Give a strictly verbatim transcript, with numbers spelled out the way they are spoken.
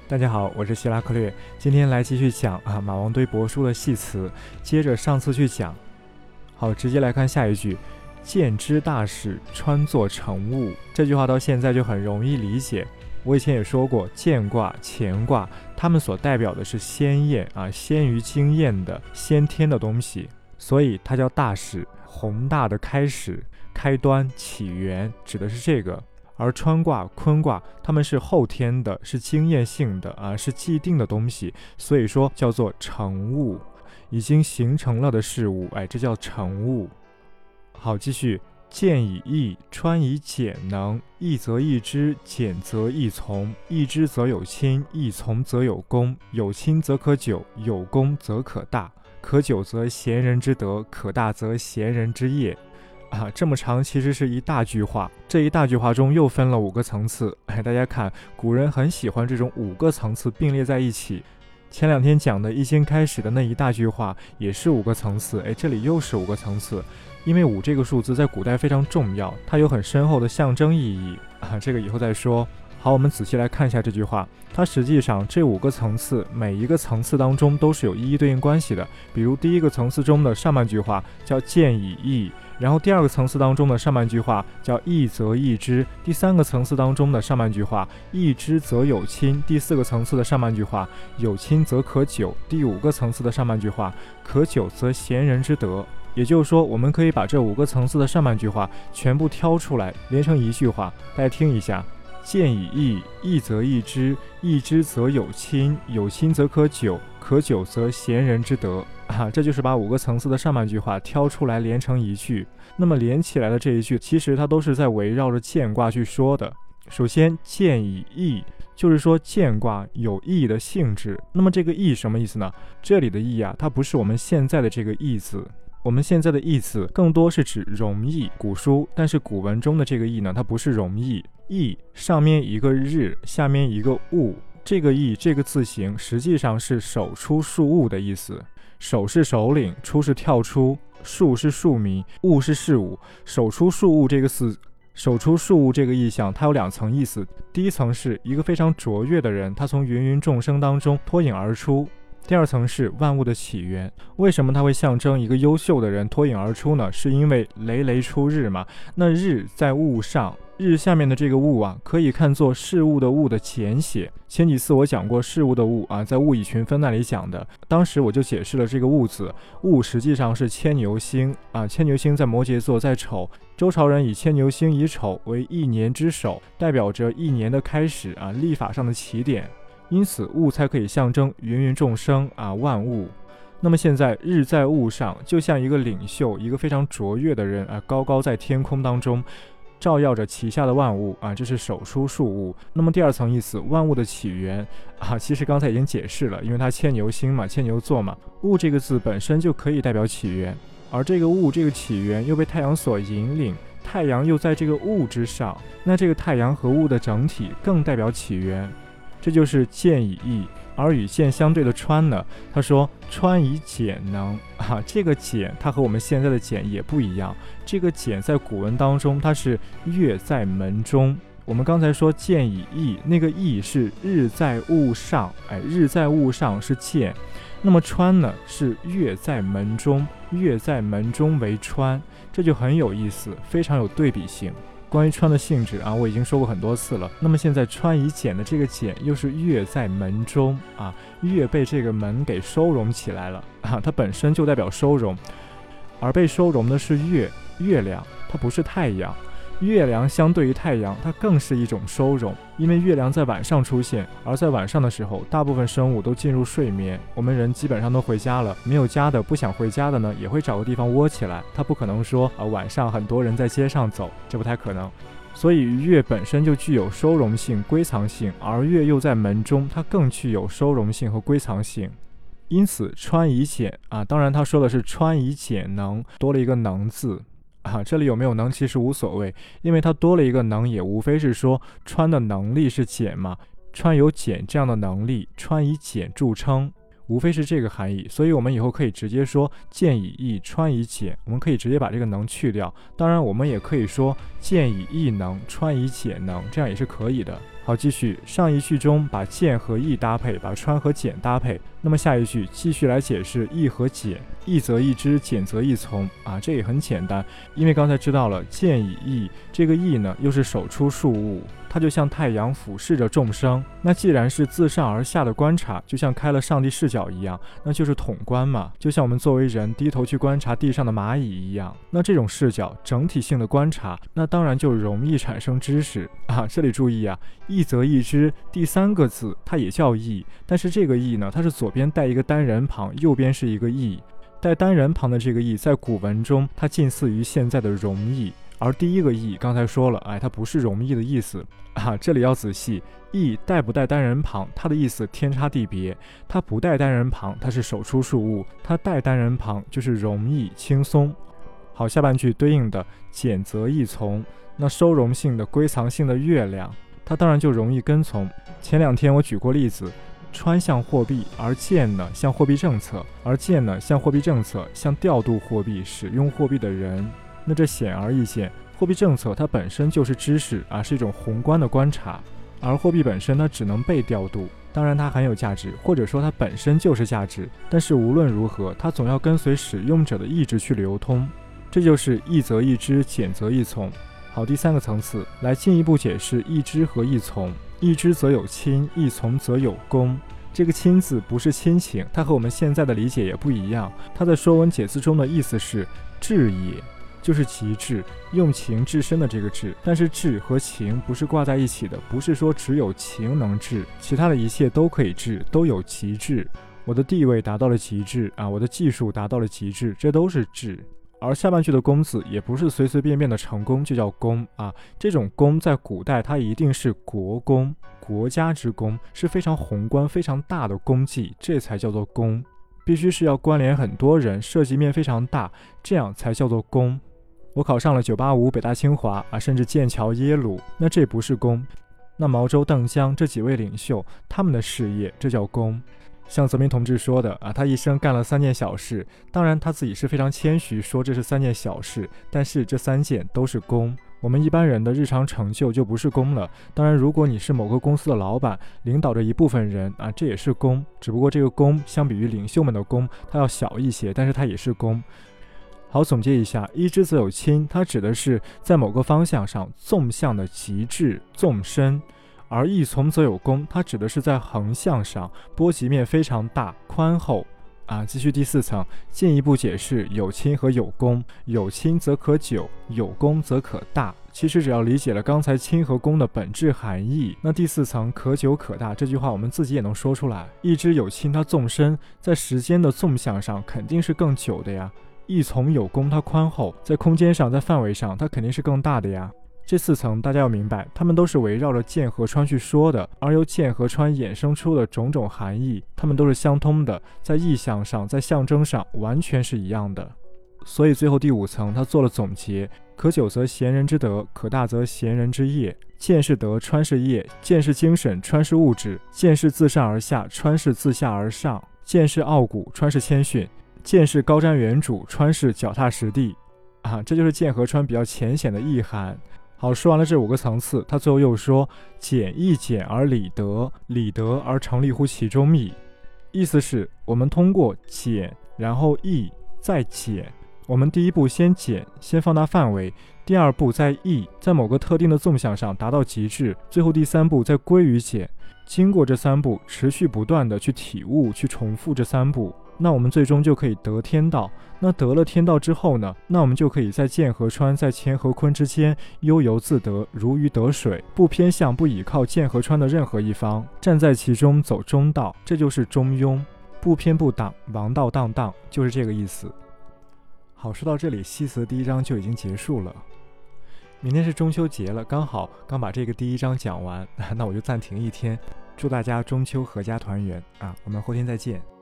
大家好，我是希拉克略，今天来继续讲啊马王堆帛书的系辞，接着上次去讲。好，直接来看下一句，见之大使，穿作成物。这句话到现在就很容易理解。我以前也说过，见卦、乾卦，它们所代表的是鲜艳啊，先于经验的先天的东西，所以它叫大始，宏大的开始、开端、起源，指的是这个。而川卦、坤卦，它们是后天的，是经验性的啊，是既定的东西，所以说叫做成物，已经形成了的事物，哎，这叫成物。好，继续，见以易，川以简能，易则易之，简则易从，易之则有亲，易从则有功，有亲则可久，有功则可大，可久则贤人之德，可大则贤人之业。啊，这么长其实是一大句话，这一大句话中又分了五个层次。哎，大家看，古人很喜欢这种五个层次并列在一起。前两天讲的易经开始的那一大句话也是五个层次，哎，这里又是五个层次。因为五这个数字在古代非常重要，它有很深厚的象征意义啊，这个以后再说。好，我们仔细来看一下这句话，它实际上这五个层次，每一个层次当中都是有一一对应关系的。比如第一个层次中的上半句话叫见以易，然后第二个层次当中的上半句话叫易则易之，第三个层次当中的上半句话易之则有亲，第四个层次的上半句话有亲则可久，第五个层次的上半句话可久则贤人之德。也就是说，我们可以把这五个层次的上半句话全部挑出来，连成一句话。大家听一下，见以易，易则易之，易之则有亲，有亲则可久，可久则贤人之德。啊，这就是把五个层次的上半句话挑出来连成一句。那么连起来的这一句，其实它都是在围绕着见卦去说的。首先，见以易，就是说见卦有易的性质。那么这个易什么意思呢？这里的易啊，它不是我们现在的这个易字。我们现在的易字更多是指容易，古书，但是古文中的这个易呢，它不是容易。易上面一个日，下面一个物，这个易这个字形实际上是手出数物的意思。手是首领，出是跳出，数是庶民，物是事物。手出数物这个字，手出数物这个意象，它有两层意思。第一层是一个非常卓越的人，他从芸芸众生当中脱颖而出。第二层是万物的起源。为什么它会象征一个优秀的人脱颖而出呢？是因为雷雷出日嘛。那日在物上，日下面的这个物啊，可以看作事物的物的简写。前几次我讲过事物的物啊，在物以群分那里讲的，当时我就解释了这个物字，物实际上是牵牛星啊，牵牛星在摩羯座，在丑。周朝人以牵牛星以丑为一年之首，代表着一年的开始啊，历法上的起点。因此物才可以象征芸芸众生啊，万物。那么现在日在物上，就像一个领袖，一个非常卓越的人啊，高高在天空当中，照耀着旗下的万物啊，这是手出数物。那么第二层意思，万物的起源啊，其实刚才已经解释了，因为它牵牛星嘛，牵牛座嘛，物这个字本身就可以代表起源，而这个物这个起源又被太阳所引领，太阳又在这个物之上，那这个太阳和物的整体更代表起源。这就是见以易。而与见相对的川呢，他说川以简能啊，这个简它和我们现在的简也不一样。这个简在古文当中，它是月在门中。我们刚才说见以易，那个易是日在物上，哎，日在物上是见。那么川呢，是月在门中，月在门中为川，这就很有意思，非常有对比性。关于川的性质啊，我已经说过很多次了。那么现在川以简的这个简又是月在门中啊，月被这个门给收容起来了啊，它本身就代表收容，而被收容的是月，月亮，它不是太阳。月亮相对于太阳，它更是一种收容，因为月亮在晚上出现，而在晚上的时候，大部分生物都进入睡眠，我们人基本上都回家了，没有家的不想回家的呢，也会找个地方窝起来，它不可能说啊晚上很多人在街上走，这不太可能。所以月本身就具有收容性、归藏性，而月又在门中，它更具有收容性和归藏性。因此川以简啊，当然他说的是川以简能，多了一个能字啊，这里有没有能其实无所谓，因为它多了一个能，也无非是说川的能力是简嘛，川有简这样的能力，川以简著称。 无非是这个含义，所以我们以后可以直接说见以义，穿以简，我们可以直接把这个能去掉。当然我们也可以说见以义能，穿以简能，这样也是可以的。好，继续，上一句中把见和义搭配，把穿和简搭配，那么下一句继续来解释义和简，义则义之，简则义从啊，这也很简单，因为刚才知道了见以义，这个义呢又是手出数物，它就像太阳俯视着众生，那既然是自上而下的观察，就像开了上帝视角一样，那就是统观嘛，就像我们作为人低头去观察地上的蚂蚁一样，那这种视角整体性的观察，那当然就容易产生知识啊。这里注意啊，义则义之第三个字它也叫义，但是这个义呢，它是左边带一个单人旁，右边是一个义，带单人旁的这个义在古文中它近似于现在的容易，而第一个义刚才说了，哎，它不是容易的意思啊，这里要仔细，义带不带单人旁，它的意思天差地别，它不带单人旁，它是手出数物，它带单人旁就是容易轻松。好，下半句对应的简则易从，那收容性的归藏性的月亮，它当然就容易跟从。前两天我举过例子，穿向货币，而见呢像货币政策，而见呢像货币政策，像调度货币、使用货币的人。那这显而易见，货币政策它本身就是知识啊，是一种宏观的观察，而货币本身它只能被调度，当然它很有价值，或者说它本身就是价值，但是无论如何，它总要跟随使用者的意志去流通，这就是义则义之，简则义从。好，第三个层次来进一步解释义之和义从。义之则有亲，义从则有功。这个亲字不是亲情，它和我们现在的理解也不一样，它在说文解字中的意思是至也，就是极致，用情至深的这个至，但是至和情不是挂在一起的，不是说只有情能至，其他的一切都可以至，都有极致。我的地位达到了极致啊，我的技术达到了极致，这都是至。而下半句的功字也不是随随便便的成功就叫功啊，这种功在古代它一定是国功，国家之功，是非常宏观非常大的功绩，这才叫做功，必须是要关联很多人，涉及面非常大，这样才叫做功。我考上了九八五、北大、清华啊，甚至剑桥、耶鲁，那这不是功。那毛周、邓江这几位领袖，他们的事业，这叫功。像泽民同志说的啊，他一生干了三件小事，当然他自己是非常谦虚，说这是三件小事，但是这三件都是功。我们一般人的日常成就就不是功了，当然如果你是某个公司的老板，领导着一部分人啊，这也是功，只不过这个功相比于领袖们的功，它要小一些，但是它也是功。好，总结一下，义之则有亲，它指的是在某个方向上纵向的极致纵深，而义从则有功，它指的是在横向上波及面非常大宽厚啊。继续第四层，进一步解释有亲和有功，有亲则可久，有功则可大。其实只要理解了刚才亲和功的本质含义，那第四层可久可大这句话我们自己也能说出来。义之有亲，它纵深，在时间的纵向上肯定是更久的呀。义从有功，它宽厚，在空间上在范围上它肯定是更大的呀。这四层大家要明白，它们都是围绕着剑和川去说的，而由剑和川衍生出的种种含义，它们都是相通的，在意象上在象征上完全是一样的。所以最后第五层他做了总结，可久则贤人之德，可大则贤人之业。剑是德，川是业，剑是精神，川是物质，剑是自上而下，川是自下而上，剑是傲骨，川是谦逊，剑是高瞻远瞩，川是脚踏实地啊，这就是剑和川比较浅显的意涵。好，说完了这五个层次，他最后又说简易简而理德，理德而成立乎其中义。意思是我们通过简然后易再简，我们第一步先简，先放大范围，第二步再易，在某个特定的纵向上达到极致，最后第三步再归于简。经过这三步持续不断的去体悟，去重复这三步，那我们最终就可以得天道。那得了天道之后呢，那我们就可以在剑和川在乾和坤之间悠游自得，如鱼得水，不偏向不倚靠剑和川的任何一方，站在其中走中道，这就是中庸，不偏不党，王道荡荡，就是这个意思。好，说到这里西辞第一章就已经结束了，明天是中秋节了，刚好刚把这个第一章讲完，那我就暂停一天，祝大家中秋阖家团圆啊！我们后天再见。